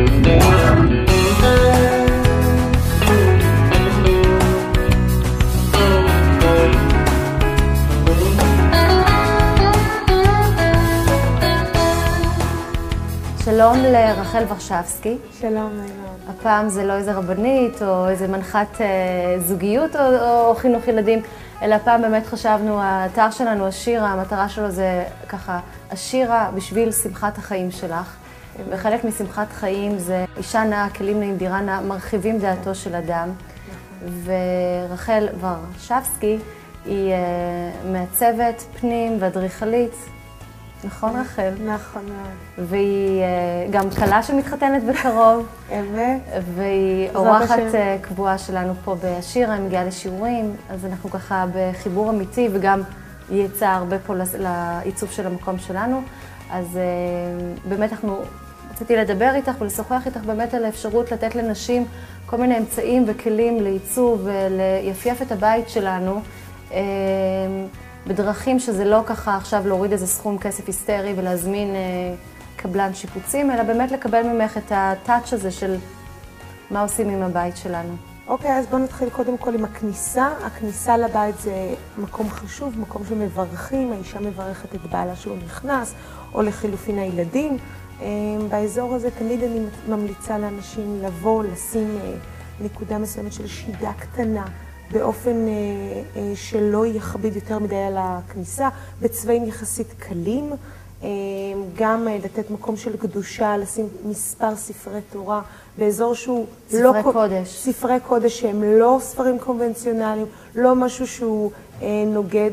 שלום לרחל ורשבסקי. שלום, אילון. הפעם זה לא איזה רבנית או איזה מנחת זוגיות או חינוך ילדים, אלא הפעם באמת חשבנו, האתר שלנו, השירה, המטרה שלו זה ככה, השירה בשביל שמחת החיים שלך. וחלק משמחת חיים זה אישה נאה, כלים נאים, דירה נאה, מרחיבים דעתו של אדם. ורחל ורשבסקי היא מעצבת פנים ואדריכלית. נכון, רחל? נכון מאוד. והיא גם כלה שמתחתנת בקרוב. אמת. והיא אורחת קבועה שלנו פה בשירה, היא מגיעה לשיעורים, אז אנחנו ככה בחיבור אמיתי, וגם היא יצאה הרבה פה לעיצוב של המקום שלנו. אז באמת רציתי לדבר איתך ולשוחח איתך באמת על האפשרות לתת לנשים כל מיני אמצעים וכלים לעיצוב וליפייף את הבית שלנו. בדרכים שזה לא ככה עכשיו להוריד איזה סכום כסף היסטרי ולהזמין קבלן שיפוצים, אלא באמת לקבל ממך את הטאץ' הזה של מה עושים עם הבית שלנו. אוקיי, אז בואו נתחיל קודם כל עם הכניסה. הכניסה לבית זה מקום חשוב, מקום שמברכים, האישה מברכת את בעלה שהוא נכנס, או לחילופין הילדים. באזור הזה תמיד אני ממליצה לאנשים לבוא, לשים נקודה מסוימת של שידה קטנה, באופן שלא יכביד יותר מדי על הכניסה, בצבעים יחסית קלים, גם לתת מקום של קדושה, לשים מספר ספרי תורה באזור שהוא ספרי קודש. ספרי קודש שהם לא ספרים קונבנציונליים, לא משהו שהוא נוגד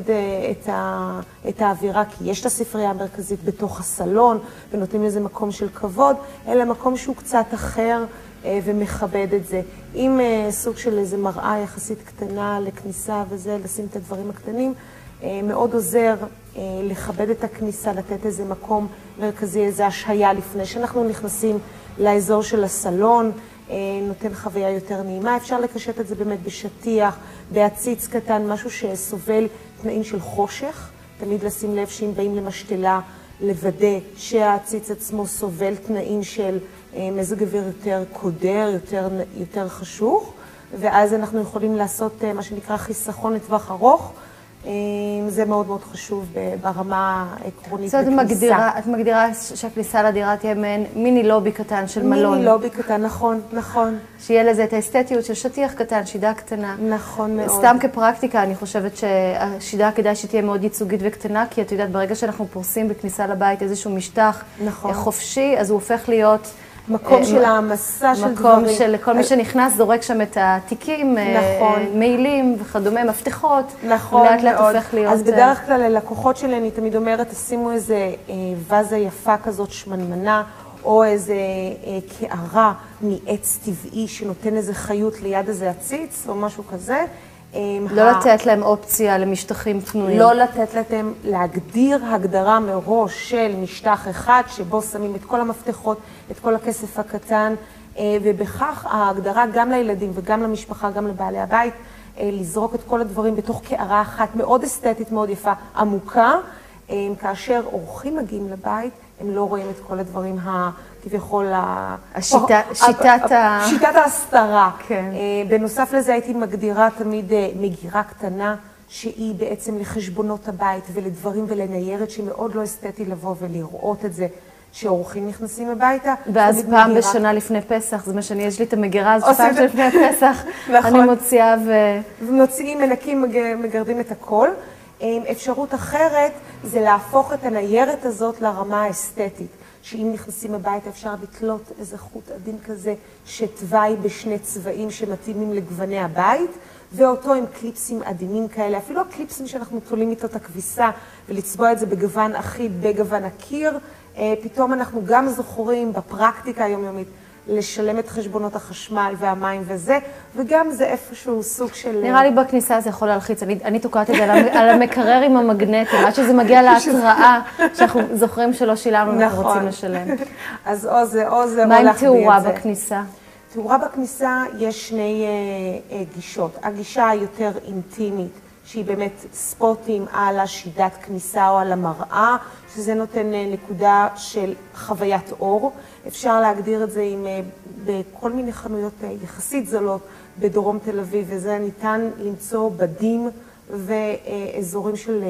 את האווירה, כי יש את הספרייה המרכזית בתוך הסלון, ונותנים לזה מקום של כבוד, אלא מקום שהוא קצת אחר, ומכבד את זה. עם סוג של איזו מראה יחסית קטנה לכניסה וזה, לשים את הדברים הקטנים, מאוד עוזר לכבד את הכניסה, לתת איזה מקום מרכזי, איזו השהיה לפני שאנחנו נכנסים לאזור של הסלון, נותן חוויה יותר נעימה. אפשר לקשט את זה באמת בשטיח, בעציץ קטן, משהו שסובל תנאים של חושך. תמיד לשים לב שאם באים למשתלה, לוודא שהעציץ עצמו סובל תנאים של מזג אוויר יותר קודר, יותר חשוך, ואז אנחנו יכולים לעשות מה שנקרא חיסכון לטווח ארוך. זה מאוד מאוד חשוב ברמה העקרונית בכניסה. את מגדירה שהכניסה לדירה תהיה מעין מיני לובי קטן של מלון. מיני לובי קטן, נכון, נכון. שיהיה לזה את האסתטיות של שטיח קטן, שידה קטנה. נכון מאוד. סתם כפרקטיקה, אני חושבת שהשידה כדאי שתהיה מאוד ייצוגית וקטנה, כי את יודעת, ברגע שאנחנו פורסים בכניסה לבית איזשהו משטח חופשי, אז הוא הופך להיות מקום של המסע של דברים. מקום של כל מי שנכנס זורק שם את התיקים, מיילים וכדומה, מפתחות. נכון מאוד. לאט לאט הופך להיות... אז בדרך כלל ללקוחות שלי אני תמיד אומרת, תשימו איזה וזה יפה כזאת שמנמנה, או איזה קערה מעץ טבעי שנותן איזה חיות ליד איזה עציץ, או משהו כזה. לא לתת להם אופציה למשטחים פנויים. לא לתת להם להגדיר הגדרה מראש של משטח אחד, שבו שמים את כל המפתחות, את כל הכסף הקטן, ובכך ההגדרה גם לילדים וגם למשפחה, גם לבעלי הבית, לזרוק את כל הדברים בתוך קערה אחת מאוד אסתטית, מאוד יפה, עמוקה. כאשר אורחים מגיעים לבית, הם לא רואים את כל הדברים כביכול שיטת ההסתרה. כן. בנוסף לזה הייתי מגדירה תמיד מגירה קטנה, שהיא בעצם לחשבונות הבית ולדברים ולניירת, שמאוד לא אסתטי לבוא ולראות את זה, שאורחים נכנסים הביתה. ואז פעם בשנה לפני פסח, זה מה שאני, יש לי את המגירה, אז פעם לפני פסח, אני מוציאה ומוציאים, מנקים, מגרדים את הכל. אפשרות אחרת זה להפוך את הניירת הזאת לרמה האסתטית, שאם נכנסים הביתה אפשר לתלות איזה חוט עדין כזה שתוואי בשני צבעים שמתאימים לגווני הבית, ואותו עם קליפסים עדינים כאלה, אפילו הקליפסים שאנחנו תולים איתו את הכביסה ולצבוע את זה בגוון אחיד, בגוון הקיר, פתאום אנחנו גם זוכרים בפרקטיקה היומיומית לשלם את חשבונות החשמל והמים וזה, וגם זה איפשהו סוג של... נראה לי בכניסה זה יכול להלחיץ, אני תוקעת את זה על המקרר עם המגנטים, עד שזה מגיע להתראה, שאנחנו זוכרים שלא שילמנו, אנחנו רוצים לשלם. אז או זה או זה, מה עם תאורה בכניסה? תאורה בכניסה יש שני גישות. הגישה היותר אינטימית, שהיא באמת ספוטים על השידת כניסה או על המראה, שזה נותן נקודה של חוויית אור. אפשר להגדיר את זה בכל מיני חנויות יחסית זולות בדרום תל אביב, וזה ניתן למצוא בדים ואזורים של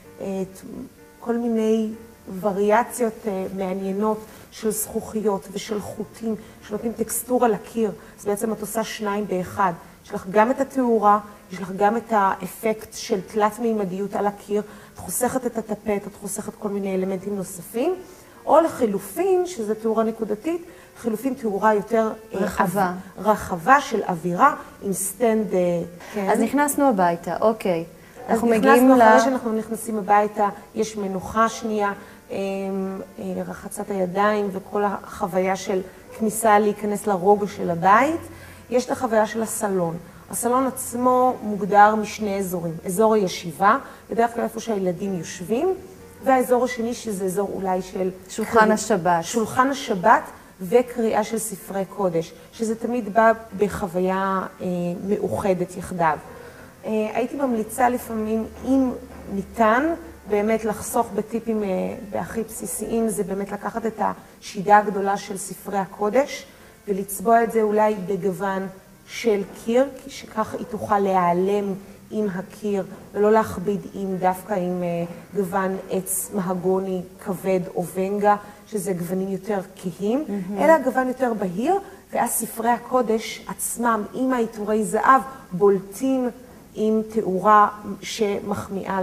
כל מיני וריאציות מעניינות של זכוכיות ושל חוטים, שנותנים טקסטורה לקיר. אז בעצם את עושה שניים באחד. יש לך גם את התאורה, יש לך גם את האפקט של תלת מימדיות על הקיר, את חוסכת את הטפט, את חוסכת כל מיני אלמנטים נוספים, או לחילופין, שזה תאורה נקודתית, חילופין תאורה יותר רחבה של אווירה, עם סטנד... אז נכנסנו הביתה, אוקיי. אנחנו מגיעים אחרי שאנחנו נכנסים הביתה, יש מנוחה שנייה, רחצת הידיים וכל החוויה של כניסה להיכנס לרוגע של הבית. יש את החוויה של הסלון. הסלון עצמו מוגדר משני אזורים. אזור הישיבה, בדרך כלל איפה שהילדים יושבים, והאזור השני שזה אזור אולי של... שולחן השבת. שולחן השבת וקריאה של ספרי קודש, שזה תמיד בא בחוויה מאוחדת יחדיו. הייתי ממליצה לפעמים, אם ניתן, באמת לחסוך בטיפים בהכי בסיסיים, זה באמת לקחת את השידה הגדולה של ספרי הקודש, ולצבוע את זה אולי בגוון של קיר, שכך היא תוכל להיעלם עם הקיר, ולא להכביד דווקא עם גוון עץ מהגוני כבד או ונגה, שזה גוונים יותר כהים, אלא גוון יותר בהיר, ואז ספרי הקודש עצמם עם העיטורי זהב בולטים עם תאורה שמחמיאה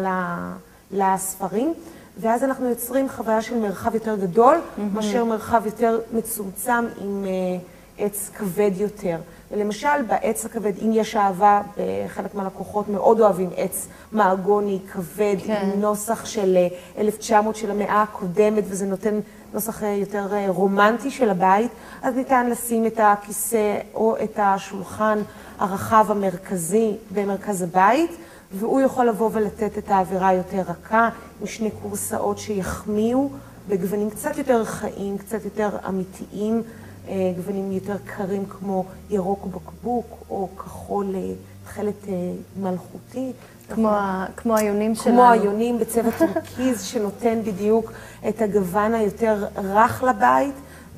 לספרים, ואז אנחנו יוצרים חוויה של מרחב יותר גדול, מאשר מרחב יותר מצומצם עם עץ כבד יותר. ולמשל, בעץ הכבד, אם יש אהבה, בחלק מהלקוחות מאוד אוהבים עץ מהגוני כבד, עם נוסח של 1900 של המאה הקודמת, וזה נותן נוסח יותר רומנטי של הבית, אז ניתן לשים את הכיסא או את השולחן הרחב המרכזי במרכז הבית, והוא יכול לבוא ולתת את האווירה יותר רכה, עם שני קורסאות שיחמיאו בגוונים קצת יותר חיים, קצת יותר אמיתיים, גוונים יותר קרים כמו ירוק בקבוק או כחול תכלת מלכותי. כמו היונים שלנו. כמו היונים בצבע טורקיז שנותן בדיוק את הגוון היותר רך לבית,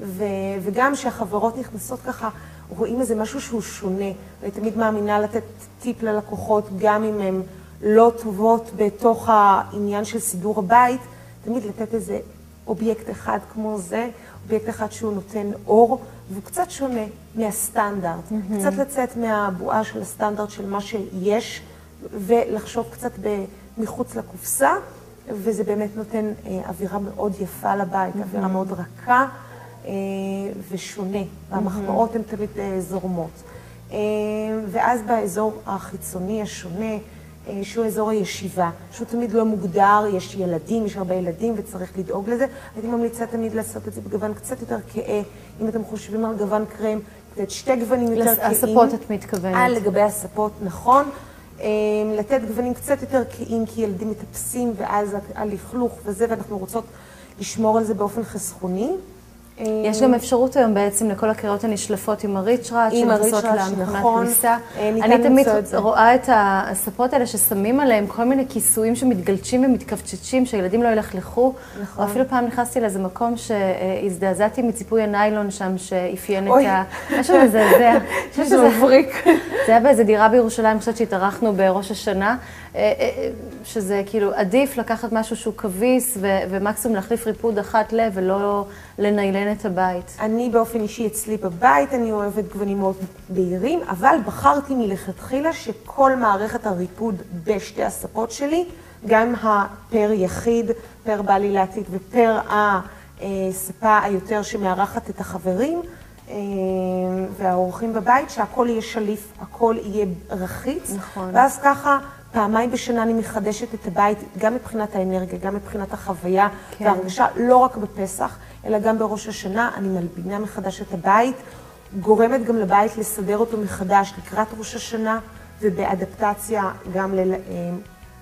וגם שהחברות נכנסות ככה, רואים איזה משהו שהוא שונה. אני תמיד מאמינה לתת טיפ ללקוחות, גם אם הן לא טובות בתוך העניין של סידור הבית, תמיד לתת איזה אובייקט אחד כמו זה, אובייקט אחד שהוא נותן אור, והוא קצת שונה מהסטנדרט. קצת לצאת מהבועה של הסטנדרט של מה שיש, ולחשוב קצת מחוץ לקופסה, וזה באמת נותן אווירה מאוד יפה לבית, אווירה מאוד רכה ושונה, והמחמאות הן תמיד זורמות. ואז באזור החיצוני השונה, שהוא אזור הישיבה, שהוא תמיד לא מוגדר, יש ילדים, יש הרבה ילדים וצריך לדאוג לזה. הייתי ממליצה תמיד לעשות את זה בגוון קצת יותר כהה, אם אתם חושבים על גוון קרם, לתת שתי גוונים יותר כהים. הספות את מתכוונת. לגבי הספות, נכון. לתת גוונים קצת יותר כהים, כי ילדים מטפסים ואז הלכלוך וזה, ואנחנו רוצות לשמור על זה באופן חסכוני. יש גם אפשרות היום בעצם לכל הקריאות הנשלפות עם הריצ'ראץ' שנכנסות למכונת כניסה. אני תמיד רואה את הספות האלה ששמים עליהם כל מיני כיסויים שמתגלצ'ים ומתכווצ'צ'ים, שהילדים לא ילכלכו. או אפילו פעם נכנסתי לאיזה מקום שהזדעזעתי מציפוי הניילון שם, שאפיין את משהו מזעזע. שזה מבריק. זה היה באיזה דירה בירושלים, אני חושבת שהתארחנו בראש השנה, שזה כאילו עדיף לקחת משהו שהוא כביס ומקסימום להחליף ריפוד אחת לב ולא לניילן את הבית. אני באופן אישי אצלי בבית, אני אוהבת גוונים מאוד בהירים, אבל בחרתי מלכתחילה שכל מערכת הריפוד בשתי הספות שלי, גם הפר יחיד, פר בעלי לעתיד ופר הספה היותר שמארחת את החברים והאורחים בבית, שהכל יהיה שליף, הכל יהיה רחיץ. נכון. ואז ככה פעמיים בשנה אני מחדשת את הבית, גם מבחינת האנרגיה, גם מבחינת החוויה וההרגשה, לא רק בפסח, אלא גם בראש השנה. אני מלבינה מחדש את הבית, גורמת גם לבית לסדר אותו מחדש לקראת ראש השנה, ובאדפטציה גם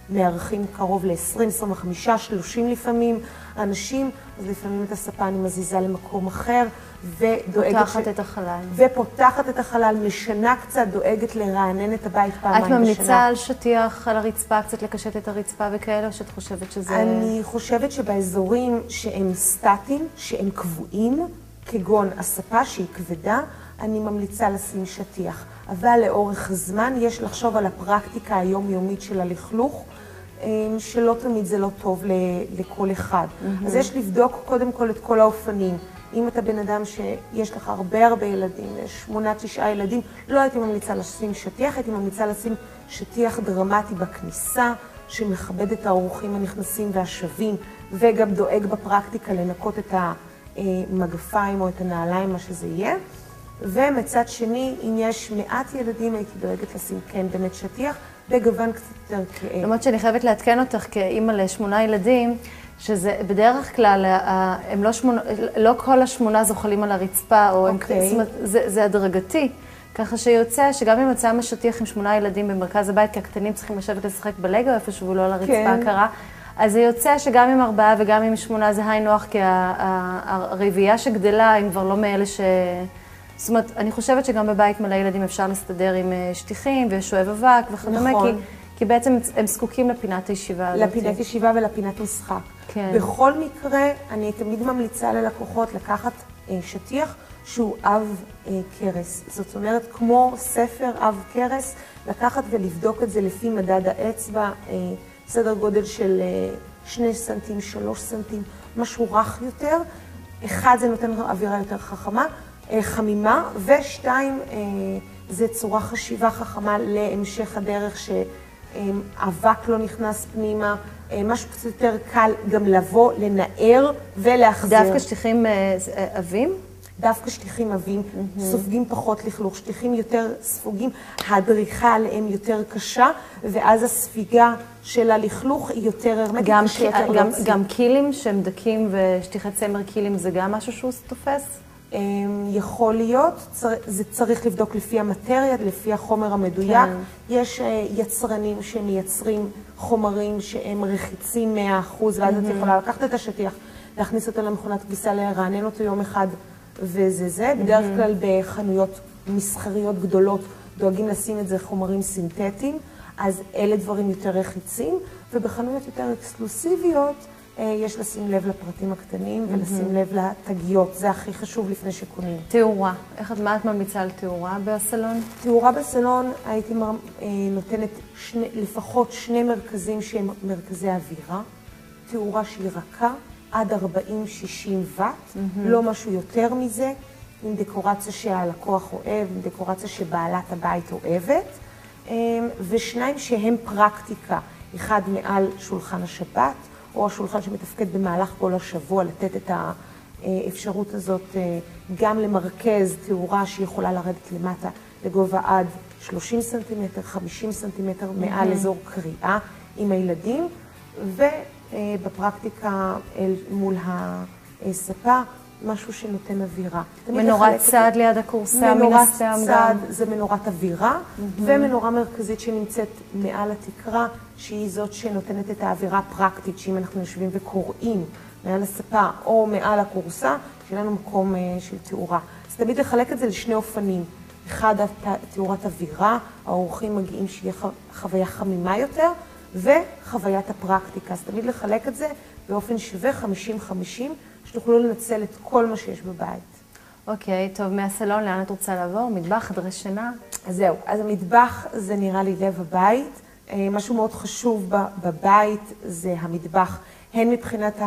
מארחים קרוב ל-20, 25, 30 לפעמים אנשים, אז לפעמים את הספה אני מזיזה למקום אחר, פותחת את החלל. ופותחת את החלל, משנה קצת, דואגת לרענן את הבית פעמיים בשנה. את ממליצה על שטיח על הרצפה, קצת לקשט את הרצפה וכאלה, או שאת חושבת שזה... אני חושבת שבאזורים שהם סטטיים, שהם קבועים, כגון הספה שהיא כבדה, אני ממליצה לשים שטיח. אבל לאורך הזמן יש לחשוב על הפרקטיקה היומיומית של הלכלוך, שלא תמיד זה לא טוב לכל אחד. אז יש לבדוק קודם כל את כל האופנים. אם אתה בן אדם שיש לך הרבה ילדים, 8-9 ילדים, לא הייתי ממליצה לשים שטיח, הייתי ממליצה לשים שטיח דרמטי בכניסה, שמכבד את האורחים הנכנסים והשבים, וגם דואג בפרקטיקה לנקות את המגפיים או את הנעליים, מה שזה יהיה. ומצד שני, אם יש מעט ילדים, הייתי דואגת לשים כן באמת שטיח, בגוון קצת יותר כאה. למרות שאני חייבת לעדכן אותך כאימא ל8 ילדים, שזה בדרך כלל, הם לא כל 8 זוחלים על הרצפה, או זאת אומרת, זה הדרגתי. ככה שיוצא שגם אם יוצא משטיח עם 8 ילדים במרכז הבית, כי הקטנים צריכים לשבת לשחק בלגו איפשהו ולא על הרצפה הקרה, אז זה יוצא שגם עם 4 וגם עם 8 זה היי נוח, כי הרביעייה שגדלה הם כבר לא מאלה זאת אומרת, אני חושבת שגם בבית מלא ילדים אפשר להסתדר עם שטיחים ושואב אבק וכדומה, כי בעצם הם זקוקים לפינת הישיבה הזאת. לפינת ישיבה ולפינת משחק. כן. בכל מקרה, אני תמיד ממליצה ללקוחות לקחת שטיח שהוא עב קרס. זאת אומרת, כמו ספר עב קרס, לקחת ולבדוק את זה לפי מדד האצבע, סדר גודל של 2 סנטים, 3 סנטים, משהו רך יותר. 1, זה נותן אווירה יותר חמימה, ו2, זה צורה חשיבה חכמה להמשך הדרך שאבק לא נכנס פנימה, משהו קצת יותר קל גם לבוא, לנער ולהחזר. דווקא שטיחים עבים? דווקא שטיחים עבים, סופגים פחות לכלוך, שטיחים יותר ספוגים, הדריכה עליהם יותר קשה, ואז הספיגה של הלכלוך היא יותר הרמטית. גם קילים שהם דקים ושטיחי צמר קילים זה גם משהו שהוא תופס? יכול להיות, זה צריך לבדוק לפי המטריה, לפי החומר המדויק. יש יצרנים שמייצרים חומרים שהם רחיצים 100%, ואז את יכולה לקחת את השטיח, להכניס אותו למכונת כביסה, לרענן אותו יום אחד, וזה. בדרך כלל בחנויות מסחריות גדולות דואגים לשים את זה חומרים סינתטיים, אז אלה דברים יותר רחיצים, ובחנויות יותר אקסקלוסיביות, יש לשים לב לפרטים הקטנים ולשים לב לתגיות. זה הכי חשוב לפני שקונים. תאורה. מה את ממליצה על תאורה בסלון? תאורה בסלון הייתי נותנת לפחות 2 מרכזים שהם מרכזי אווירה. תאורה שהיא רכה עד 40-60 וט, לא משהו יותר מזה, עם דקורציה שהלקוח אוהב, עם דקורציה שבעלת הבית אוהבת, ו2 שהם פרקטיקה. 1 מעל שולחן השבת, או השולחן שמתפקד במהלך כל השבוע, לתת את האפשרות הזאת גם למרכז תאורה שיכולה לרדת למטה לגובה עד 30 סנטימטר, 50 סנטימטר מעל אזור קריאה עם הילדים, ובפרקטיקה מול הספה, משהו שנותן אווירה. מנורת צד ליד הקורסה, מן הסתם גם. מנורת צד זה מנורת אווירה, ומנורה מרכזית שנמצאת מעל התקרה, שהיא זאת שנותנת את האווירה הפרקטית, שאם אנחנו יושבים וקוראים מעל הספה או מעל הקורסה, שיהיה לנו מקום של תאורה. אז תמיד לחלק את זה לשני אופנים. 1, תאורת אווירה, האורחים מגיעים שיהיה חוויה חמימה יותר, וחוויית הפרקטיקה. אז תמיד לחלק את זה באופן שווה 50-50, שתוכלו לנצל את כל מה שיש בבית. אוקיי, טוב, מהסלון לאן את רוצה לעבור? מטבח, חדרי שינה? זהו, אז המטבח זה נראה לי לב הבית. משהו מאוד חשוב בבית זה המטבח, הן מבחינת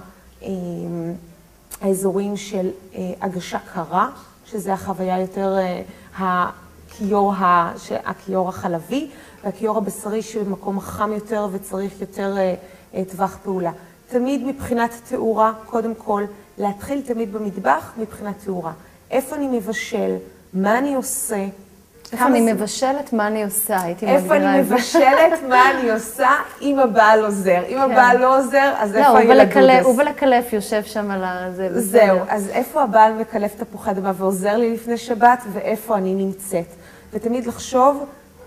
האזורים של הגשה קרה, שזה החוויה יותר הכיור החלבי, והכיור הבשרי שבמקום חם יותר וצריך יותר טווח פעולה. תמיד מבחינת תאורה, קודם כל, להתחיל תמיד במטבח מבחינת תאורה. איפה אני מבשל, מה אני עושה, איפה אני מבשלת, מה אני עושה? איפה אני מבשלת, מה אני עושה, אם הבעל עוזר. אם הבעל לא עוזר, אז איפה הילדודס? הוא ולקלף יושב שם על זה. זהו, אז איפה הבעל מקלף תפוחי אדמה ועוזר לי לפני שבת, ואיפה אני נמצאת. ותמיד לחשוב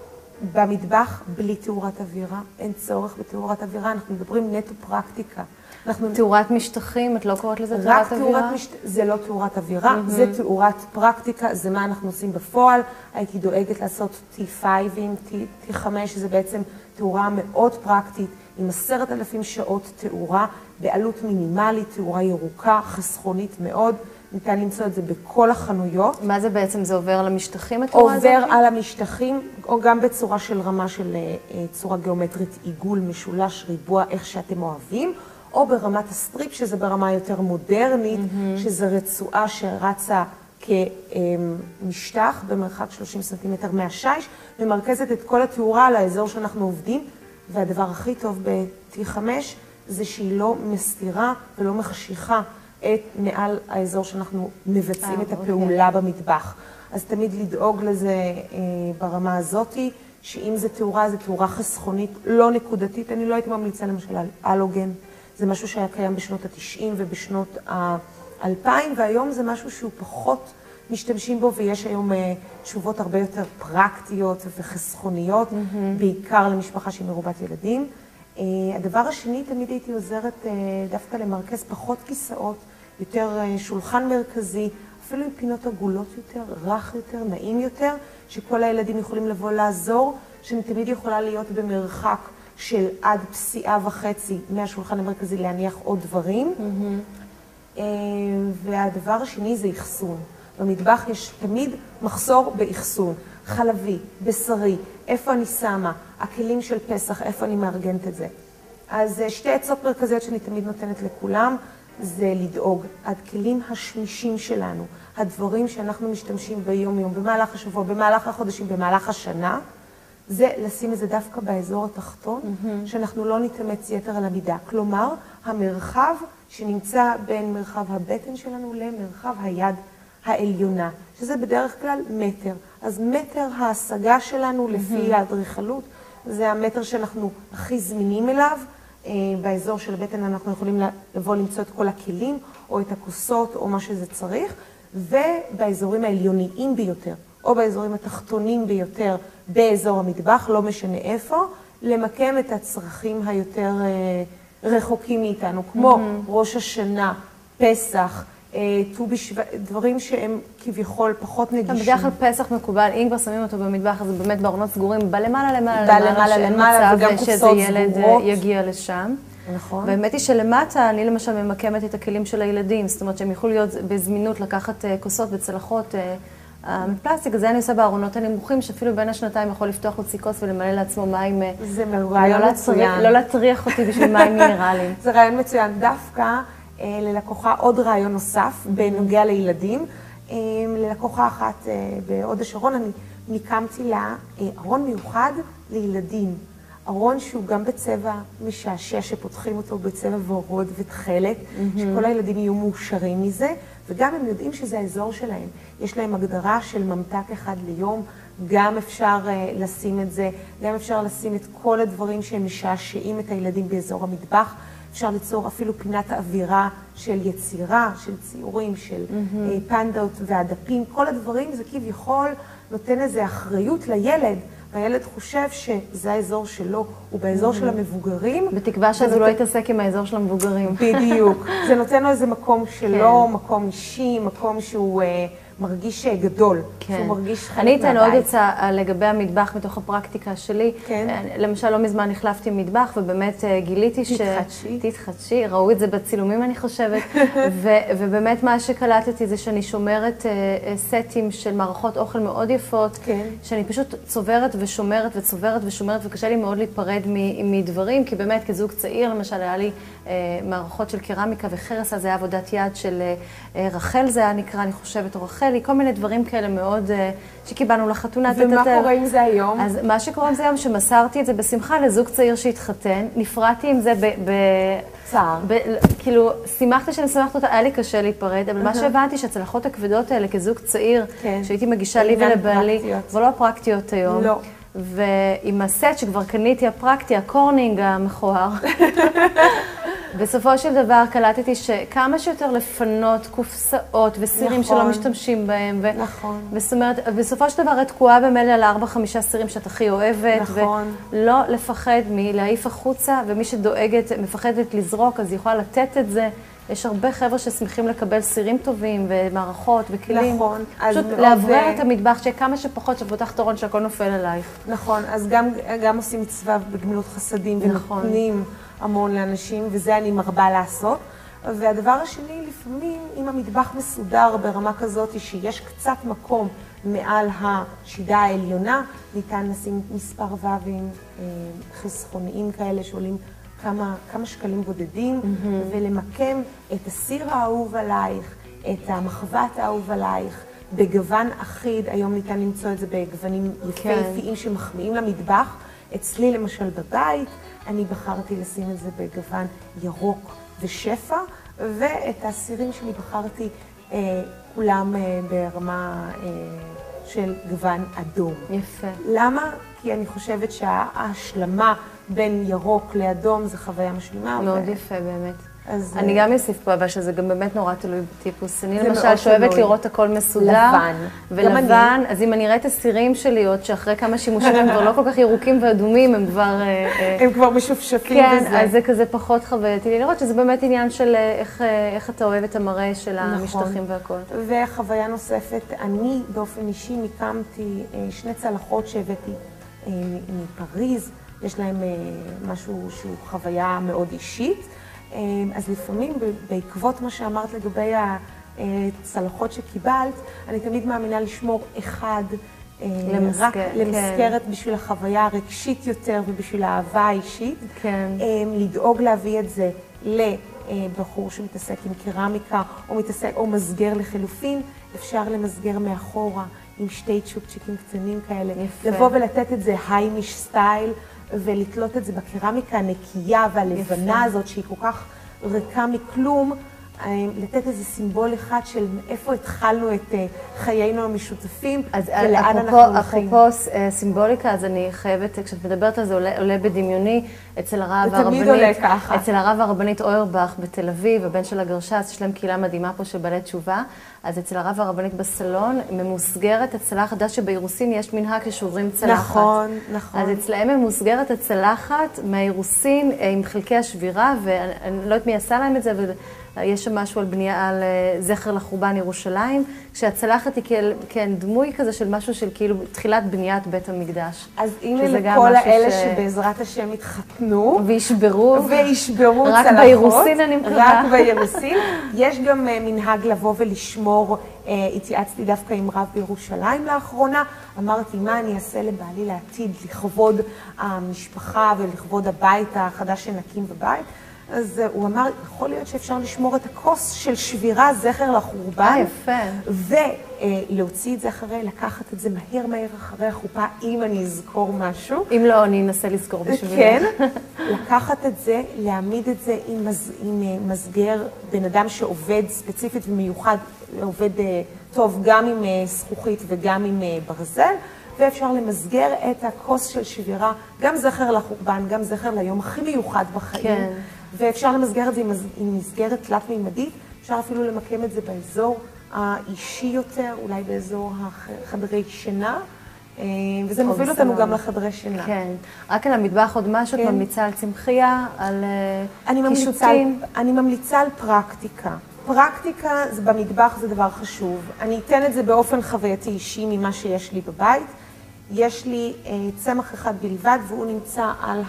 במטבח בלי תאורת אווירה, אין צורך בתאורת אווירה, אנחנו מדברים נטו פרקטיקה. תאורת משטחים, את לא קוראת לזה תאורת אווירה? זה לא תאורת אווירה, זה תאורת פרקטיקה, זה מה אנחנו עושים בפועל. הייתי דואגת לעשות T5 עם T5, שזה בעצם תאורה מאוד פרקטית, עם 10,000 שעות תאורה, בעלות מינימלית, תאורה ירוקה, חסכונית מאוד. ניתן למצוא את זה בכל החנויות. מה זה בעצם? זה עובר על המשטחים, התאורה הזאת? עובר על המשטחים, או גם בצורה של רמה של צורה גיאומטרית, עיגול, משולש, ריבוע, איך שאתם אוהבים. או ברמת הסטריפ, שזה ברמה יותר מודרנית, שזה רצועה שרצה כמשטח במרחק 30 סנטימטר מהשיש, ומרכזת את כל התאורה על האזור שאנחנו עובדים, והדבר הכי טוב ב-T5 זה שהיא לא מסתירה ולא מחשיכה מעל האזור שאנחנו מבצעים את הפעולה במטבח. אז תמיד לדאוג לזה ברמה הזאת, שאם זה תאורה חסכונית, לא נקודתית, אני לא הייתי ממליצה למשל על אלוגן, זה משהו שהיה קיים בשנות ה-90 ובשנות ה-2000, והיום זה משהו שהוא פחות משתמשים בו, ויש היום תשובות הרבה יותר פרקטיות וחסכוניות, בעיקר למשפחה שהיא מרובת ילדים. הדבר השני, תמיד הייתי עוזרת דווקא למרכז פחות כיסאות, יותר שולחן מרכזי, אפילו עם פינות עגולות יותר, רך יותר, נעים יותר, שכל הילדים יכולים לבוא לעזור, שאני תמיד יכולה להיות במרחק של עד פסיעה וחצי מהשולחן המרכזי להניח עוד דברים. והדבר השני זה אחסון. במטבח יש תמיד מחסור באחסון. חלבי, בשרי, איפה אני שמה, הכלים של פסח, איפה אני מארגנת את זה. אז שתי עצות מרכזיות שאני תמיד נותנת לכולם, זה לדאוג. הכלים השמישים שלנו, הדברים שאנחנו משתמשים ביום-יום, במהלך השבוע, במהלך החודשים, במהלך השנה, זה לשים את זה דווקא באזור התחתון, שאנחנו לא נתאמץ יתר על המידה. כלומר, המרחב שנמצא בין מרחב הבטן שלנו למרחב היד העליונה, שזה בדרך כלל מטר. אז מטר ההשגה שלנו לפי האדריכלות, זה המטר שאנחנו הכי זמינים אליו. באזור של הבטן אנחנו יכולים לבוא למצוא את כל הכלים, או את הכוסות, או מה שזה צריך, ובאזורים העליוניים ביותר, או באזורים התחתונים ביותר, באזור המטבח, לא משנה איפה, למקם את הצרכים היותר רחוקים מאיתנו, כמו ראש השנה, פסח, דברים שהם כביכול פחות נגישים. בדרך כלל פסח מקובל, אם כבר שמים אותו במטבח, אז באמת בארונות סגורים, בא למעלה, שאין מצב שזה ילד יגיע לשם. נכון. והאמת היא שלמטה, אני למשל ממקמת את הכלים של הילדים, זאת אומרת שהם יוכלו להיות בזמינות לקחת כוסות וצלחות מפלסטיק. זה אני עושה בארונות הנמוכים, שאפילו בין השנתיים יכול לפתוח לו כוס ולמלא לעצמו מים. זה רעיון מצוין. לא להטריח אותי בשביל מים מינרליים. זה רעיון מצוין. דווקא ללקוחה עוד רעיון נוסף בנוגע לילדים. ללקוחה אחת בהוד השרון, אני מיקמתי לה ארון מיוחד לילדים. ארון שהוא גם בצבע משעשע, שפותחים אותו בצבע ורוד ותכלת, שכל הילדים יהיו מאושרים מזה, וגם הם יודעים שזה האזור שלהם. יש להם הגדרה של ממתק אחד ליום, גם אפשר לשים את זה, גם אפשר לשים את כל הדברים שהם משעשעים את הילדים באזור המטבח. אפשר ליצור אפילו פינת האווירה של יצירה, של ציורים, של פנדות והדפים. כל הדברים זה כביכול נותן איזו אחריות לילד. והילד חושב שזה האזור שלו, הוא באזור של המבוגרים. בתקווה שזה לא יתעסק עם האזור של המבוגרים. בדיוק. זה נותן לו איזה מקום שלו, מקום אישי, מקום שהוא מרגיש גדול, שהוא מרגיש חלק מהבית. אני אתן עוד עצה לגבי המטבח מתוך הפרקטיקה שלי. למשל, לא מזמן החלפתי מטבח, ובאמת גיליתי תתחדשי, ראו את זה בצילומים אני חושבת, ובאמת מה שקלטתי זה שאני שומרת סטים של מערכות אוכל מאוד יפות, שאני פשוט צוברת ושומרת וצוברת ושומרת, וקשה לי מאוד להיפרד מדברים, כי באמת כזוג צעיר, למשל, היה לי מערכות של קרמיקה וחרס, אז זה היה עבודת יד של רחל, זה היה נקרא, אני חושבת, או רחל, כל מיני דברים כאלה מאוד שקיבלנו לחתונה. ומה קורה עם זה היום? אז מה שקורה עם זה היום, שמסרתי את זה בשמחה לזוג צעיר שהתחתן, נפרדתי עם זה צער. כאילו, שימחתי שאני שמחת אותה, היה לי קשה להיפרד, אבל מה שהבנתי שהצלחות הכבדות האלה כזוג צעיר, שהייתי מגישה לי ולבעלי, ולא הפרקטיות היום. לא. ועם הסט שכבר קניתי הפרקטי, הקורנינג המכוער, בסופו של דבר קלטתי שכמה שיותר לפנות קופסאות וסירים שלא משתמשים בהם. נכון. זאת אומרת, בסופו של דבר את תקועה במילא על 4-5 סירים שאת הכי אוהבת. נכון. ולא לפחד מלהעיף החוצה, ומי שדואגת, מפחדת לזרוק, אז היא יכולה לתת את זה. יש הרבה חבר'ה ששמחים לקבל סירים טובים ומערכות וכלים. נכון. פשוט להברר את המטבח, שכמה שפחות שפותח תורן שהכל נופל עלייך. נכון, אז גם עושים מצווה בגמילות חסדים, ונותנים המון לאנשים, וזה אני מרבה לעשות. והדבר השני, לפעמים, אם המטבח מסודר ברמה כזאת, שיש קצת מקום מעל השידה העליונה, ניתן לשים מספר ו"ים חסכוניים כאלה שעולים כמה שקלים בודדים, ולמקם את הסיר האהוב עלייך, את המחבת האהוב עלייך, בגוון אחיד. היום ניתן למצוא את זה בגוונים יפהפיים שמחמיאים למטבח. אצלי למשל בבית, אני בחרתי לשים את זה בגוון ירוק ושפע, ואת הסירים שלי בחרתי כולם ברמה של גוון אדום. יפה. למה? כי אני חושבת שההשלמה בין ירוק לאדום זה חוויה משלימה. מאוד יפה באמת. אני גם אוסיף פה, אבל שזה גם באמת נורא תלוי בטיפוס. אני למשל שאוהבת לראות הכל מסודר. לבן. ולבן, אז אם אני אראה את הסירים שלי, עוד שאחרי כמה שימושים הם כבר לא כל כך ירוקים ואדומים, הם כבר... הם כבר משופשפים בזה. כן, אז זה כזה פחות חווייתי לי לראות, שזה באמת עניין של איך אתה אוהב את המראה של המשטחים והכל. וחוויה נוספת, אני באופן אישי מיקמתי 2 צלחות שהבאתי מפריז, יש להם משהו שהוא חוויה מאוד אישית. אז לפעמים, בעקבות מה שאמרת לגבי הצלחות שקיבלת, אני תמיד מאמינה לשמור אחד רק למזכרת בשביל החוויה הרגשית יותר ובשביל האהבה האישית. כן. לדאוג להביא את זה לבחור שמתעסק עם קרמיקה או מסגר לחילופין, אפשר למסגר מאחורה עם 2 צ'ופצ'יקים קטנים כאלה. יפה. לבוא ולתת את זה היימיש סטייל, ולתלות את זה בקרמיקה הנקייה והלבנה הזאת, שהיא כל כך ריקה מכלום, לתת איזה סימבול אחד של איפה התחלנו את חיינו המשותפים, ולאן אנחנו הולכים. אפרופו סימבוליקה, אז אני חייבת, כשאת מדברת על זה, עולה בדמיוני, אצל הרב הרבנית, תמיד עולה ככה. אצל הרב הרבנית אוירבך בתל אביב, הבן של הגרש"ץ, יש להם קהילה מדהימה פה של בעלי תשובה, אז אצל הרב הרבנית בסלון, ממוסגרת הצלחת, דעת שבאירוסין יש מנהג ששוברים צלחת. נכון, נכון. אז אצלהם ממוסגרת הצלחת מהאירוסין עם חלקי השבירה, ואני לא יודעת מי עשה להם את זה, אבל יש שם משהו על בנייה, על זכר לחורבן ירושלים, כשהצלחת היא כן דמוי כזה של משהו של כאילו תחילת בניית בית המקדש. אז הנה לכל האלה שבעזרת השם התחתנו. וישברו צלחות. רק באירוסין אני מקווה. רק באירוסין. יש גם מנהג לבוא ולשמור, התייעצתי דווקא עם רב בירושלים לאחרונה, אמרתי מה אני אעשה לבעלי לעתיד, לכבוד המשפחה ולכבוד הבית החדש שנקים בבית. אז הוא אמר, יכול להיות שאפשר לשמור את הכוס של שבירה, זכר לחורבן. יפה. ולהוציא את זה אחרי, לקחת את זה מהר אחרי החופה, אם אני אזכור משהו. אם לא, אני אנסה לזכור בשבילה. כן. לקחת את זה, להעמיד את זה עם מסגר, בן אדם שעובד ספציפית ומיוחד, עובד טוב גם עם זכוכית וגם עם ברזל, ואפשר למסגר את הכוס של שבירה, גם זכר לחורבן, גם זכר ליום הכי מיוחד בחיים. כן. ואפשר למסגר את זה עם מסגרת תלת-מימדית, אפשר אפילו למקם את זה באזור האישי יותר, אולי באזור החדרי שינה, וזה מוביל אותנו גם לחדרי שינה. כן. רק על המטבח עוד משהו, את ממליצה על צמחייה, על קישוטים? אני ממליצה על פרקטיקה. פרקטיקה במטבח זה דבר חשוב. אני אתן את זה באופן חווייתי אישי ממה שיש לי בבית. יש לי צמח אחד בלבד, והוא נמצא על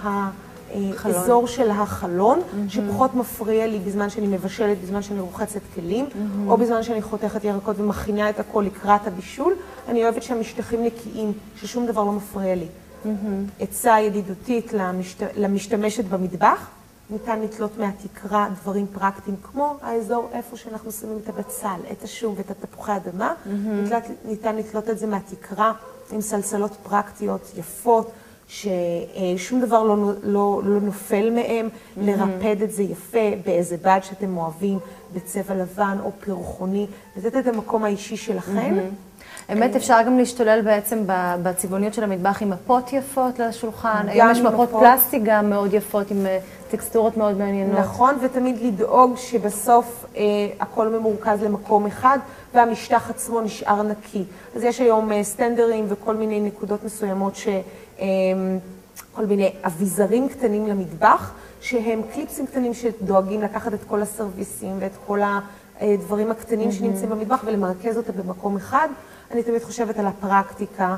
האזור של החלון, שפחות מפריע לי בזמן שאני מבשלת, בזמן שאני רוחצת כלים, או בזמן שאני חותכת ירקות ומכינה את הכל לקראת הבישול. אני אוהבת שהמשטחים נקיים, ששום דבר לא מפריע לי. עצה ידידותית למשתמשת במטבח, ניתן לתלות מהתקרה דברים פרקטיים, כמו האזור איפה שאנחנו שמים את הבצל, את השום ואת התפוחי אדמה. ניתן לתלות את זה מהתקרה עם סלסלות פרקטיות יפות, ששום דבר לא נופל מהם, לרפד את זה יפה באיזה בד שאתם אוהבים, בצבע לבן או פרחוני, לתת את המקום האישי שלכם. האמת, אפשר גם להשתולל בעצם בצבעוניות של המטבח עם מפות יפות לשולחן. היום יש מפות פלסטיק גם מאוד יפות עם טקסטורות מאוד מעניינות. נכון, ותמיד לדאוג שבסוף הכל ממורכז למקום אחד, והמשטח עצמו נשאר נקי. אז יש היום סטנדרים וכל מיני נקודות מסוימות, כל מיני אביזרים קטנים למטבח, שהם קליפסים קטנים שדואגים לקחת את כל הסרוויסים ואת כל הדברים הקטנים שנמצאים במטבח ולמרכז אותם במקום אחד. אני תמיד חושבת על הפרקטיקה.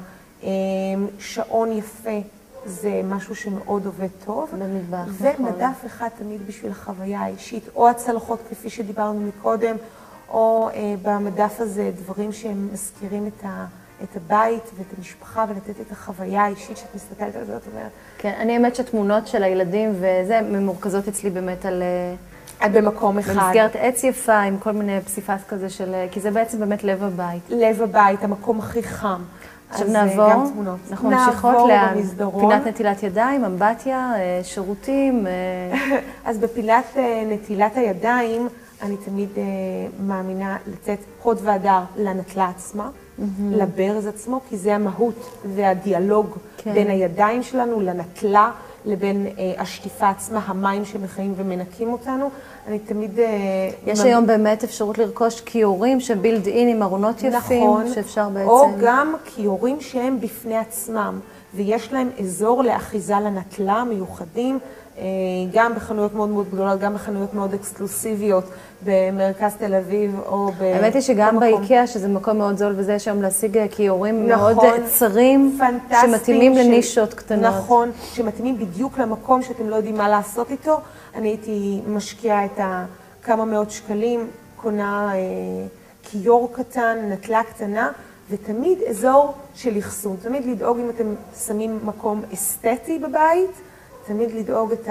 שעון יפה זה משהו שמאוד עובד טוב. במטבח, ומדף אחד תמיד בשביל החוויה האישית, או הצלחות כפי שדיברנו מקודם, או במדף הזה דברים שהם מזכירים את הבית ואת המשפחה ולתת את החוויה האישית שאת מסתכלת על זה, זאת אומרת. כן, אני האמת שתמונות של הילדים וזה ממורכזות אצלי באמת על... במקום אחד. במסגרת עץ יפה עם כל מיני פסיפס כזה של... כי זה בעצם באמת לב הבית. לב הבית, המקום הכי חם. עכשיו נעבור, אנחנו ממשיכות לפינת נטילת ידיים, אמבטיה, שירותים. אז בפינת נטילת הידיים, אני תמיד מאמינה לתת הוד והדר לנטלה עצמה, לברז עצמו, כי זה המהות והדיאלוג בין הידיים שלנו לנטלה, לבין השטיפה עצמה, המים שמחיים ומנקים אותנו. אני תמיד... יש היום באמת אפשרות לרכוש כיורים שבילד אין עם ארונות יפים, נכון, שאפשר בעצם... או גם כיורים שהם בפני עצמם, ויש להם אזור לאחיזה לנטלה מיוחדים, גם בחנויות מאוד מאוד גדולות, גם בחנויות מאוד אקסקלוסיביות, במרכז תל אביב או ב... האמת היא שגם באיקאה, שזה מקום מאוד זול, וזה שם להשיג כיורים מאוד צרים, שמתאימים לנישות קטנות. נכון, שמתאימים בדיוק למקום שאתם לא יודעים מה לעשות איתו. אני הייתי משקיעה את כמה מאות שקלים, קונה כיור קטן, נטלה קטנה, ותמיד אזור של אחסון. תמיד לדאוג אם אתם שמים מקום אסתטי בבית, תמיד לדאוג את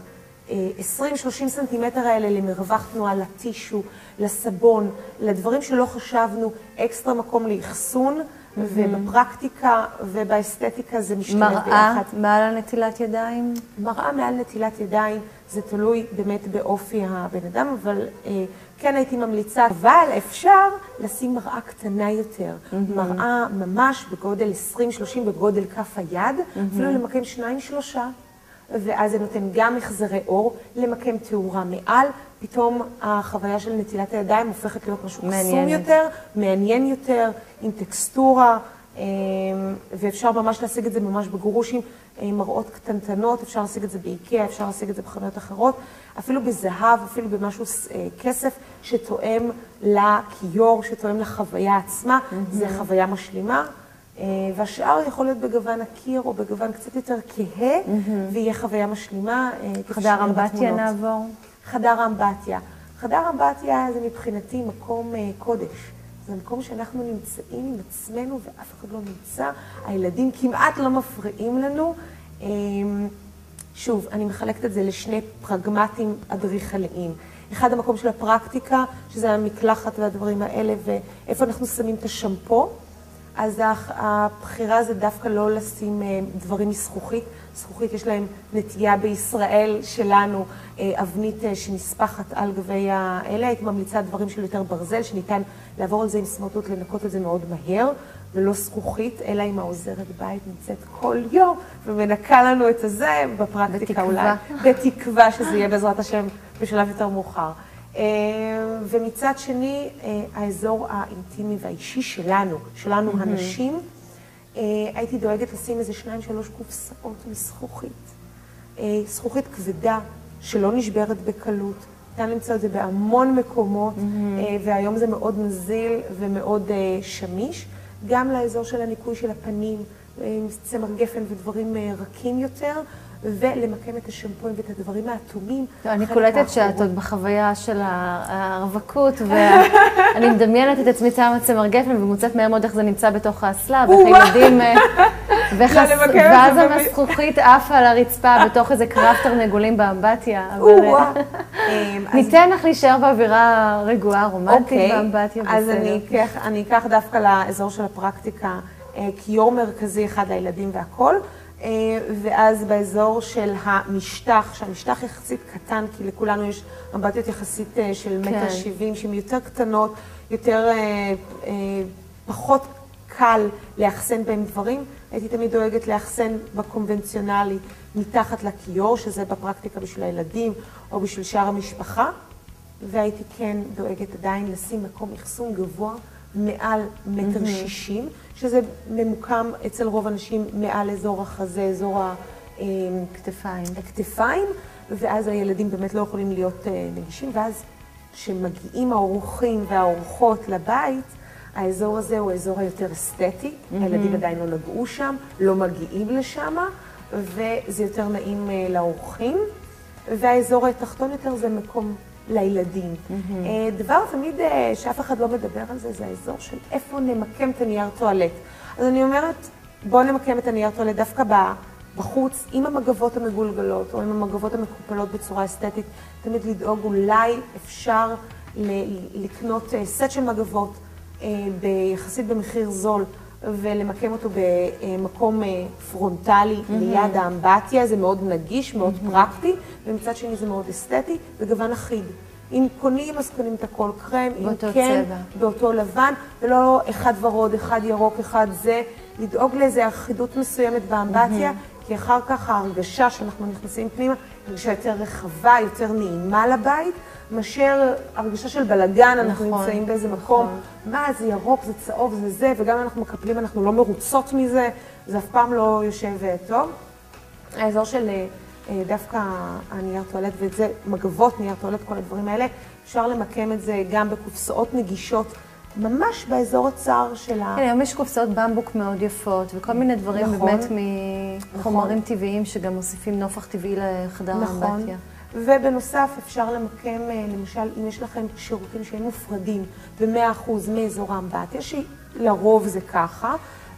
ה-20-30 סנטימטר האלה למרווח תנועה, לטישו, לסבון, לדברים שלא חשבנו, אקסטרה מקום לאחסון, ובפרקטיקה ובאסתטיקה זה משתלב ביחד. מראה מעל הנטילת ידיים? מראה מעל נטילת ידיים, זה תלוי באמת באופי הבן אדם, אבל כן הייתי ממליצה, אבל אפשר לשים מראה קטנה יותר. מראה ממש בגודל 20-30 בגודל כף היד, אפילו למקם 2-3. ואז זה נותן גם מחזרי אור, למקם תאורה מעל, פתאום החוויה של נטילת הידיים הופכת להיות משהו קסום יותר, מעניין יותר, עם טקסטורה, ואפשר ממש להשיג את זה ממש בגרושים, מראות קטנטנות, אפשר להשיג את זה באיקאה, אפשר להשיג את זה בחנויות אחרות, אפילו בזהב, אפילו במשהו כסף שתואם לכיור, שתואם לחוויה עצמה, זה חוויה משלימה. והשאר יכול להיות בגוון הקיר או בגוון קצת יותר כהה, ויהיה חוויה משלימה. חדר אמבטיה נעבור? חדר אמבטיה. חדר אמבטיה זה מבחינתי מקום קודש. זה מקום שאנחנו נמצאים עם עצמנו ואף אחד לא נמצא. הילדים כמעט לא מפריעים לנו. שוב, אני מחלקת את זה לשני פרגמטים אדריכליים. אחד המקום של הפרקטיקה, שזה המקלחת והדברים האלה, ואיפה אנחנו שמים את השמפו. אז הבחירה זה דווקא לא לשים דברים מזכוכית. זכוכית יש להם נטייה בישראל שלנו, אבנית שנספחת על גבי האלה. הייתי ממליצה דברים של יותר ברזל, שניתן לעבור על זה עם סמרטוט, לנקות את זה מאוד מהר, ולא זכוכית, אלא אם העוזרת בית נמצאת כל יום, ומנקה לנו את הזה בפרקטיקה אולי. בתקווה שזה יהיה בעזרת השם בשלב יותר מאוחר. ומצד שני, האזור האינטימי והאישי שלנו הנשים, הייתי דואגת לשים איזה 2-3 קופסאות מזכוכית. זכוכית כבדה, שלא נשברת בקלות. ניתן למצוא את זה בהמון מקומות, והיום זה מאוד נזיל ומאוד שמיש. גם לאזור של הניקוי של הפנים, עם צמר גפן ודברים רכים יותר, ולמקם את השמפוים ואת הדברים האטומים. אני קולטת שאת עוד בחוויה של הרווקות, ואני מדמיינת את עצמי שמה צמר גפן ומוצאת מהר מאוד איך זה נמצא בתוך האסלה, ואיך הילדים... ואז הזכוכית עפה על הרצפה בתוך איזה קרב תרנגולים באמבטיה. ניתן לך להישאר באווירה רגועה, רומנטית באמבטיה. אז אני אקח דווקא לאזור של הפרקטיקה, כיור מרכזי אחד לילדים והכל. ואז באזור של המשטח, שהמשטח יחסית קטן, כי לכולנו יש אמבטיות יחסית של מטר 70, שהן יותר קטנות, יותר פחות קל לאחסן בהם דברים. הייתי תמיד דואגת לאחסן בקונבנציונלי מתחת לכיור, שזה בפרקטיקה בשביל הילדים או בשביל שאר המשפחה. והייתי כן דואגת עדיין לשים מקום אחסון גבוה מעל מטר 60, שזה ממוקם אצל רוב אנשים מעל אזור החזה, אזור הכתפיים, ואז הילדים באמת לא יכולים להיות נגישים, ואז כשמגיעים האורחים והאורחות לבית, האזור הזה הוא האזור היותר אסתטי, הילדים עדיין לא נגעו שם, לא מגיעים לשם, וזה יותר נעים לאורחים, והאזור התחתון יותר זה מקום לילדים. דבר תמיד שאף אחד לא מדבר על זה, זה האזור של איפה נמקם את הנייר טואלט. אז אני אומרת, בואו נמקם את הנייר טואלט דווקא בחוץ, עם המגבות המגולגלות, או עם המגבות המקופלות בצורה אסתטית, תמיד לדאוג, אולי אפשר לקנות סט של מגבות ביחסית במחיר זול, ולמקם אותו במקום פרונטלי ליד האמבטיה, זה מאוד נגיש, מאוד פרקטי, ומצד שני זה מאוד אסתטי, וגוון אחיד. אם קונים, אז קונים את הכל קרם, אם כן, באותו לבן, ולא אחד ורוד, אחד ירוק, אחד זה, לדאוג לאיזו אחידות מסוימת באמבטיה, כי אחר כך ההרגשה שאנחנו נכנסים פנימה, הרגשה יותר רחבה, יותר נעימה לבית, מאשר הרגשה של בלגן, אנחנו נמצאים באיזה מקום, מה, זה ירוק, זה צהוב, זה זה, וגם אם אנחנו מקפלים, אנחנו לא מרוצות מזה, זה אף פעם לא יושב טוב. האזור של דווקא הנייר טואלט, וזה מגבות נייר טואלט, כל הדברים האלה, אפשר למקם את זה גם בקופסאות נגישות, ממש באזור הצר של כן, היום יש קופסאות במבוק מאוד יפות, וכל מיני דברים באמת מחומרים טבעיים, שגם מוסיפים נופח טבעי לחדר האמבטיה. ובנוסף אפשר למקם, למשל, אם יש לכם שירותים שהם מופרדים ב-100% מאזור האמבטיה, שלרוב זה ככה,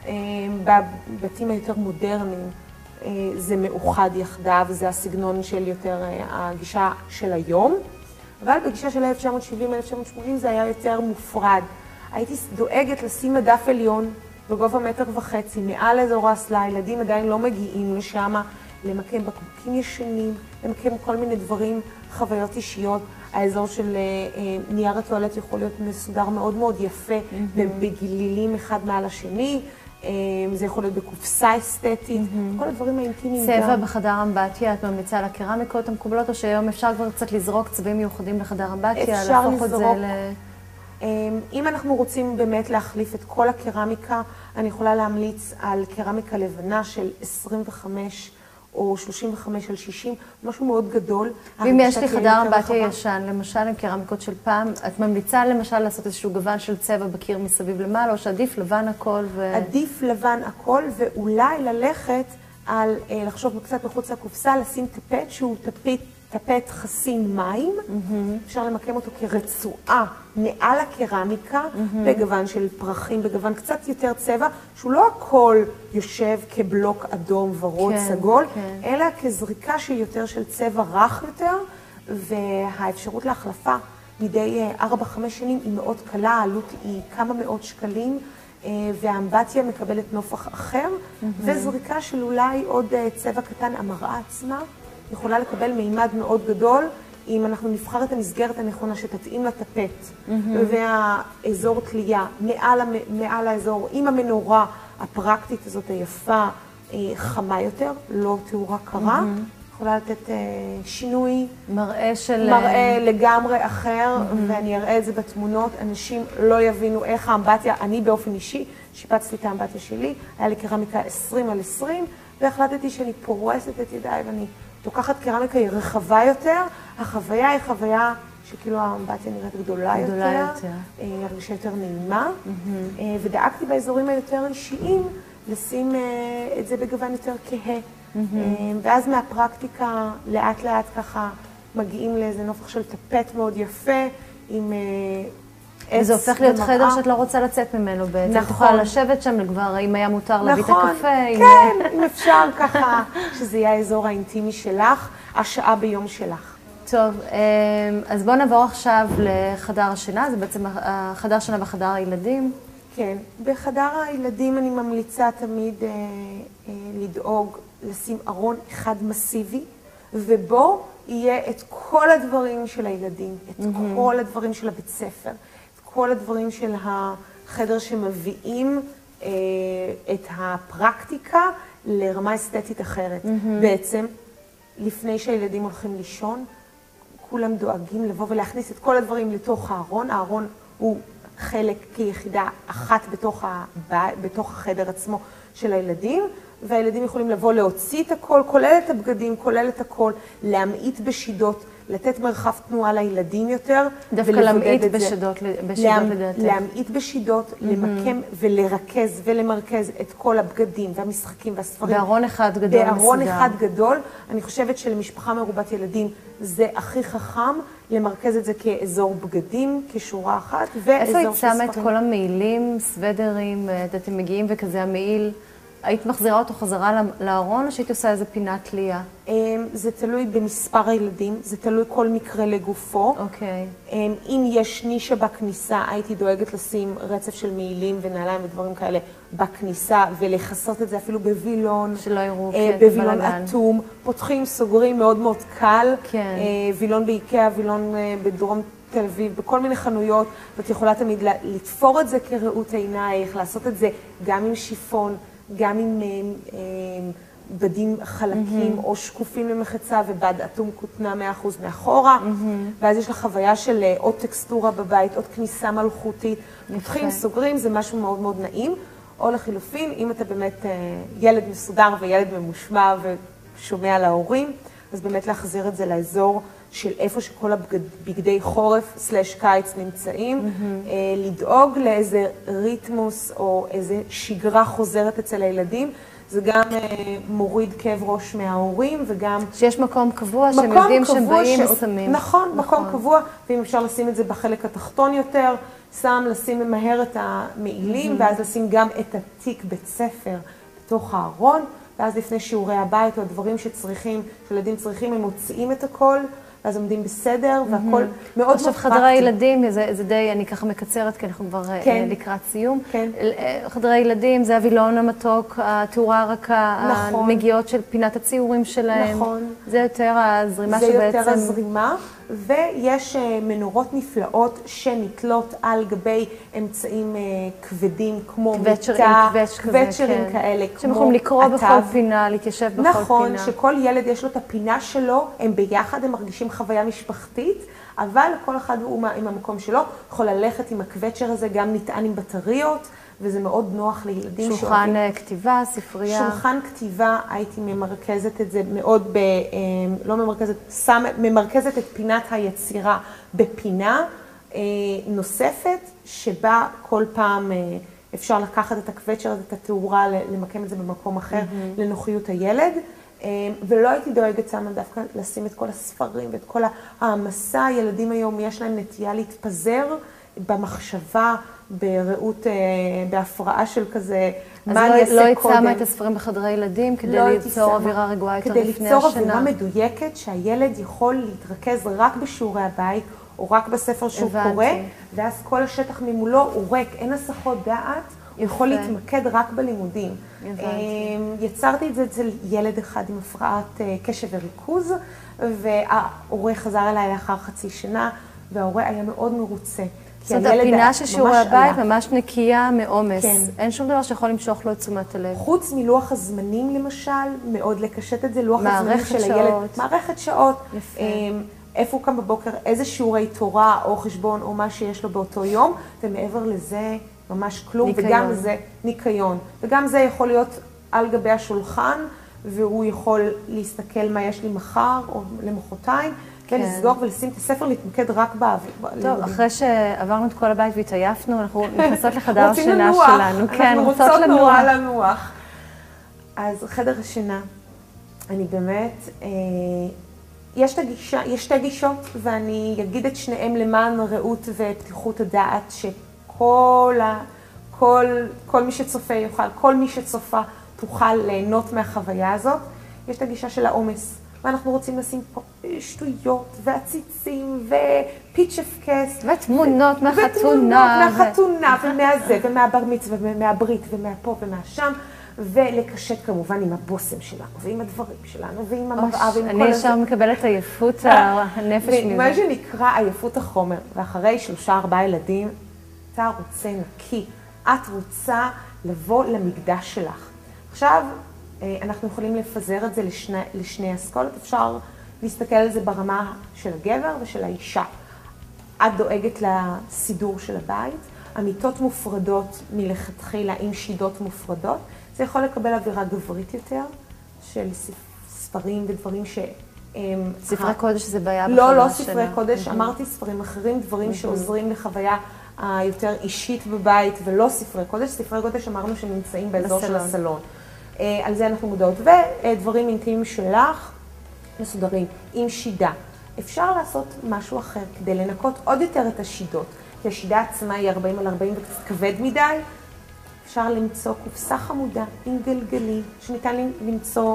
בבתים היותר מודרניים זה מאוחד יחדיו, זה הסגנון של יותר הגישה של היום, אבל בגישה של 1970-1980 זה היה יותר מופרד. הייתי דואגת לשים מדף עליון בגובה 1.5 מטר, מעל אזור האסלה, ילדים עדיין לא מגיעים לשם, למקם בקבוקים ישנים, למקם כל מיני דברים, חוויות אישיות. האזור של נייר הטואלט יכול להיות מסודר מאוד מאוד יפה, בגלילים אחד מעל השני, זה יכול להיות בקופסה אסתטית, כל הדברים האינטימיים. צבע בחדר אמבטיה, את ממליצה על הקרמיקות המקובלות, או שהיום אפשר כבר קצת לזרוק צבעים מיוחדים לחדר אמבטיה, להפוך את זה אם אנחנו רוצים באמת להחליף את כל הקרמיקה, אני יכולה להמליץ על קרמיקה לבנה של 25 או 35 על 60, משהו מאוד גדול. ואם יש לי חדר אמבטיה ישן, למשל עם קרמיקות של פעם, את ממליצה למשל לעשות איזשהו גוון של צבע בקיר מסביב למעלה, או שעדיף לבן הכל עדיף לבן הכל, ואולי ללכת על, לחשוב קצת מחוץ לקופסה, לשים טפט שהוא טפט חסין מים, אפשר למקם אותו כרצועה מעל הקרמיקה, בגוון של פרחים, בגוון קצת יותר צבע, שהוא לא הכל יושב כבלוק אדום ורוד סגול, אלא כזריקה שהיא יותר של צבע רך יותר, והאפשרות להחלפה מדי 4-5 שנים היא מאוד קלה, העלות היא כמה מאות שקלים, והאמבטיה מקבלת נופח אחר, וזריקה של אולי עוד צבע קטן, המראה עצמה, יכולה לקבל מימד מאוד גדול, אם אנחנו נבחר את המסגרת הנכונה שתתאים לטפט, והאזור תלייה מעל האזור, עם המנורה הפרקטית הזאת היפה, חמה יותר, לא תאורה קרה, יכולה לתת שינוי, מראה לגמרי אחר, ואני אראה את זה בתמונות, אנשים לא יבינו איך האמבטיה, אני באופן אישי, שיפצתי את האמבטיה שלי, היה לי קרמיקה 20 על 20, והחלטתי שאני פורסת את ידיי ואני לוקחת קרמיקה היא רחבה יותר, החוויה היא חוויה שכאילו האמבטיה נראית גדולה יותר, הרגישה יותר נעימה, ודאגתי באזורים היותר אישיים לשים את זה בגוון יותר כהה, ואז מהפרקטיקה לאט לאט ככה מגיעים לאיזה נופח של טפט מאוד יפה, עם וזה הופך להיות חדר שאת לא רוצה לצאת ממנו בעצם. נכון. תוכל לשבת שם כבר, אם היה מותר להביא את הקפה. כן, אם אפשר ככה, שזה יהיה האזור האינטימי שלך, השעה ביום שלך. טוב, אז בואו נעבור עכשיו לחדר השינה, זה בעצם החדר שינה בחדר הילדים. כן, בחדר הילדים אני ממליצה תמיד לדאוג, לשים ארון אחד מסיבי, ובו יהיה את כל הדברים של הילדים, את כל הדברים של הבית ספר, את כל הדברים של החדר שמביאים את הפרקטיקה לרמה אסתטית אחרת. בעצם, לפני שהילדים הולכים לישון, כולם דואגים לבוא ולהכניס את כל הדברים לתוך הארון. הארון הוא חלק כיחידה אחת בתוך החדר עצמו של הילדים, והילדים יכולים לבוא להוציא את הכל, כולל את הבגדים, כולל את הכל, להמעיט בשידות, לתת מרחב תנועה לילדים יותר, דווקא להמעיט בשידות לדעתי. להמעיט בשידות, למקם ולרכז ולמרכז את כל הבגדים והמשחקים והספרים. בארון אחד גדול מסודר. בארון אחד גדול. אני חושבת שלמשפחה מרובת ילדים זה הכי חכם, למרכז את זה כאזור בגדים, כשורה אחת, ואזור של ספרים. איפה היית שמה את כל המעילים, סוודרים, אתם מגיעים וכזה המעיל? היית מחזירה אותו חזרה לארון, או שהיית עושה איזה פינת תלייה? זה תלוי במספר הילדים, זה תלוי כל מקרה לגופו. אוקיי. אם יש נישה בכניסה, הייתי דואגת לשים רצף של מעילים ונעליים ודברים כאלה בכניסה, ולחסות את זה אפילו בווילון. שלא יראו, בווילון אטום. פותחים, סוגרים, מאוד מאוד קל. כן. וילון באיקאה, וילון בדרום תל אביב, בכל מיני חנויות, ואת יכולה תמיד לתפור את זה כראות עינייך, לעשות את זה גם עם שיפון, גם עם בדים חלקים או שקופים למחצה ובד אטום כותנה 100% מאחורה. ואז יש לך חוויה של עוד טקסטורה בבית, עוד כניסה מלכותית. פותחים, סוגרים, זה משהו מאוד מאוד נעים. או לחילופין, אם אתה באמת ילד מסודר וילד ממושמע ושומע להורים, אז באמת להחזיר את זה לאזור של איפה שכל הבגדי חורף/קיץ נמצאים, לדאוג לאיזה ריתמוס או איזה שגרה חוזרת אצל הילדים. זה גם מוריד כאב ראש מההורים וגם... שיש מקום קבוע, שהם יודעים שהם באים ושמים. נכון, מקום קבוע, ואם אפשר לשים את זה בחלק התחתון יותר, לשים מהר את המעילים, ואז לשים גם את התיק בית ספר בתוך הארון, ואז לפני שיעורי הבית או הדברים שילדים צריכים, הם מוציאים את הכל, ואז עומדים בסדר, והכל מאוד מאוד עכשיו, חדרי הילדים, זה די, אני ככה מקצרת, כי אנחנו כבר לקראת סיום. חדרי ילדים, זה הווילון המתוק, התאורה הרכה, המגיעות של פינת הציורים שלהם. נכון. זה יותר הזרימה שבעצם... זה יותר הזרימה, ויש מנורות נפלאות שנתלות על גבי אמצעים כבדים, כמו מיטה, קווצ'רים כאלה, כמו שהם יכולים לקרוא בכל פינה, להתיישב בכל פינה. נכון, שכל ילד יש לו את הפינה שלו, הם ביחד, הם מרגישים חוויה משפחתית, אבל כל אחד הוא עם המקום שלו, יכול ללכת עם הקווצ'ר הזה, גם נטען עם בטריות, וזה מאוד נוח לילדים שולחן כתיבה, ספרייה. שולחן כתיבה, הייתי ממרכזת את זה מאוד לא ממרכזת, ממרכזת את פינת היצירה בפינה נוספת, שבה כל פעם אפשר לקחת את הקווצ'ר, את התאורה, למקם את זה במקום אחר, לנוחיות הילד. ולא הייתי דואגת שמה דווקא לשים את כל הספרים ואת כל המסע. ילדים היום יש להם נטייה להתפזר במחשבה, בראות, בהפרעה של כזה, מה אני אעשה קודם. אז לא שמה את הספרים בחדרי ילדים כדי ליצור אווירה רגועה יותר לפני השנה? כדי ליצור אווירה מדויקת שהילד יכול להתרכז רק בשיעורי הבית, או רק בספר שהוא קורא, ואז כל השטח ממולו הוא ריק, אין הסחות דעת, הוא יכול להתמקד רק בלימודים. יצרתי את זה אצל ילד אחד עם הפרעת קשב וריכוז, וההורה חזר אליי לאחר חצי שנה, וההורה היה מאוד מרוצה. זאת אומרת, הפינה של שיעורי הבית ממש נקייה מעומס. אין שום דבר שיכול למשוך לו את תשומת הלב. חוץ מלוח הזמנים למשל, מאוד לקשט את זה, לוח הזמנים של הילד. מערכת שעות. יפה. איפה הוא קם בבוקר, איזה שיעורי תורה או חשבון או מה שיש לו באותו יום, ומעבר לזה ממש כלום, וגם זה ניקיון. וגם זה יכול להיות על גבי השולחן, והוא יכול להסתכל מה יש לי מחר או למחרתיים, ולסגור ולשים את הספר, להתמקד רק באוויר. טוב, אחרי שעברנו את כל הבית והתעייפנו, אנחנו נכנסות לחדר השינה שלנו. אנחנו רוצות נורא לנוח. אז חדר השינה, אני באמת, יש שתי גישות, ואני אגיד את שניהם למען ראות ופתיחות הדעת, שכל מי שצופה יוכל, כל מי שצופה תוכל ליהנות מהחוויה הזאת. יש את הגישה של העומס. ואנחנו רוצים לשים פה שטויות ועציצים פיצ'פקס. ותמונות מהחתונה. ותמונות מהחתונה, ומהזה, ומהבר מצווה, ומהברית, ומהפה ומהשם. ולקשט כמובן עם הבושם שלנו, ועם הדברים שלנו, ועם המראה, ועם כל הזה. אני ישר מקבלת עייפות הנפש מזה. מה שנקרא עייפות החומר, ואחרי 3-4 ילדים, אתה רוצה נקי. את רוצה לבוא למקדש שלך. עכשיו, אנחנו יכולים לפזר את זה לשני אסכולות. אפשר להסתכל על זה ברמה של הגבר ושל האישה. את דואגת לסידור של הבית. המיטות מופרדות מלכתחילה עם שידות מופרדות. זה יכול לקבל אווירה גברית יותר, של ספרים ודברים שהם... ספרי קודש זה בעיה בחוויה שלה. לא ספרי קודש, אמרתי ספרים אחרים, דברים שעוזרים לחוויה היותר אישית בבית, ולא ספרי קודש. ספרי קודש אמרנו שנמצאים באזור של הסלון. על זה אנחנו מודעות. ודברים אינטימיים שלך, מסודרים, עם שידה. אפשר לעשות משהו אחר כדי לנקות עוד יותר את השידות. כי השידה עצמה היא 40-40 וקצת כבד מדי. אפשר למצוא קופסה חמודה עם גלגלים, שניתן למצוא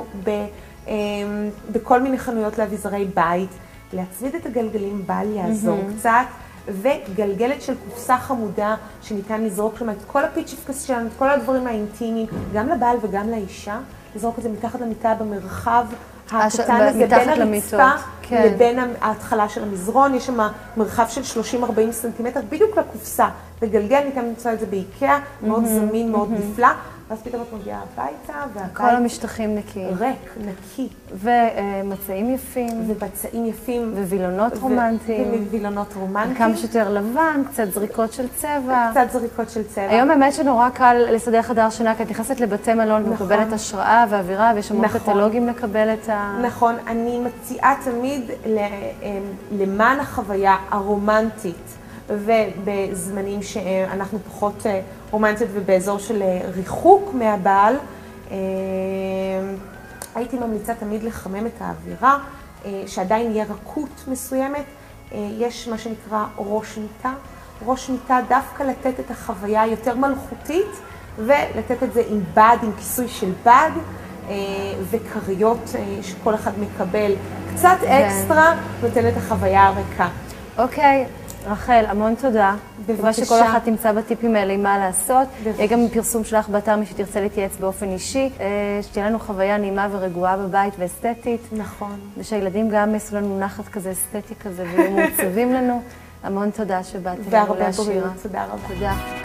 בכל מיני חנויות לאביזרי בית. להצמיד את הגלגלים בא יעזור קצת, וגלגלת של קופסה חמודה שניתן לזרוק שם את כל הפיצ'פקס שלנו, את כל הדברים האינטימיים, גם לבעל וגם לאישה, לזרוק את זה מתחת למיטה במרחב הקטן הזה, בין הרצפה לבין ההתחלה של המזרון. יש שם מרחב של 30-40 סנטימטר, בדיוק לקופסה. לגלגל, ניתן למצוא את זה באיקאה, מאוד זמין, מאוד נפלא. ואז פתאום את מגיעה הביתה, כל המשטחים נקיים. ריק, נקי. ומצעים יפים. ובצעים יפים. ווילונות רומנטיים. ווילונות רומנטיים. כמה שיותר לבן, קצת זריקות של צבע. קצת זריקות של צבע. היום באמת שנורא קל לסדר חדר שינה, כי את נכנסת לבתי מלון ומקבלת השראה ואווירה, ויש המון קטלוגים לקבל את ה... נכון, אני מציעה תמיד למען החוויה הרומנטית, ובזמנים שאנחנו פחות רומנטית ובאזור של ריחוק מהבעל, הייתי ממליצה תמיד לחמם את האווירה, שעדיין יהיה רכות מסוימת. יש מה שנקרא ראש מיטה. ראש מיטה דווקא לתת את החוויה היותר מלכותית, ולתת את זה עם בד, עם כיסוי של בד, וכריות שכל אחד מקבל קצת אקסטרה, נותן את החוויה הריקה. אוקיי. רחל, המון תודה. בבקשה. תקווה שכל אחת תמצא בטיפים האלה עם מה לעשות. יהיה גם פרסום שלך באתר מי שתרצה להתייעץ באופן אישי. שתהיה לנו חוויה נעימה ורגועה בבית ואסתטית. נכון. ושהילדים גם יעשו לנו נחת כזה אסתטי כזה ויהיו מעוצבים לנו. המון תודה שבאת. והרבה בריאות. תודה רבה. תודה.